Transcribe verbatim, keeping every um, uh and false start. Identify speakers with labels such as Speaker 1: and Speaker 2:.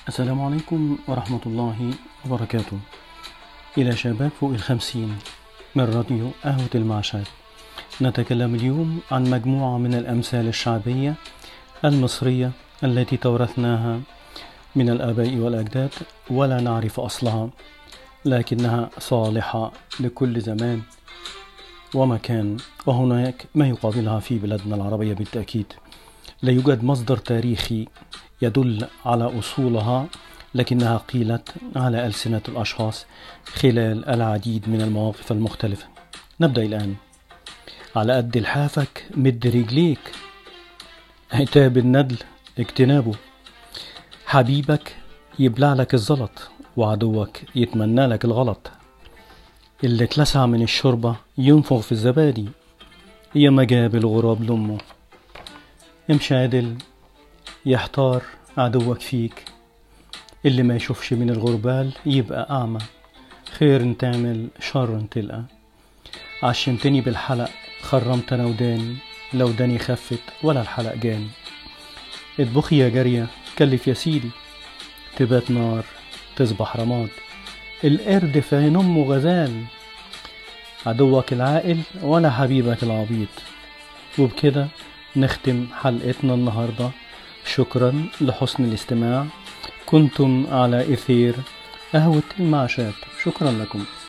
Speaker 1: السلام عليكم ورحمة الله وبركاته. إلى شباب فوق الخمسين من راديو قهوة المعشات، نتكلم اليوم عن مجموعة من الأمثال الشعبية المصرية التي تورثناها من الآباء والأجداد ولا نعرف أصلها، لكنها صالحة لكل زمان ومكان، وهناك ما يقابلها في بلادنا العربية بالتأكيد. لا يوجد مصدر تاريخي يدل على أصولها، لكنها قيلت على ألسنة الأشخاص خلال العديد من المواقف المختلفة. نبدأ الآن. على قد لحافك مد رجليك، عتاب الندل اجتنابه، حبيبك يبلع لك الزلط وعدوك يتمنى لك الغلط، اللي اتلسع من الشوربة ينفخ في الزبادي، يا ما جاب الغراب لأمه. امشي عدل يحتار عدوك فيك، اللي ما يشوفش من الغربال يبقى أعمى، خير تعمل شر تلقى. عشمتني بالحلق خرمت أنا وداني، لو داني خفت ولا الحلق جاني. اطبخي يا جارية كلف يا سيدي، تبات نار تصبح رماد، القرد في عين أمه غزال، عدوك العاقل ولا حبيبك العبيط. وبكده نختم حلقتنا النهاردة. شكرا لحسن الاستماع، كنتم على إثير قهوة المعشات. شكرا لكم.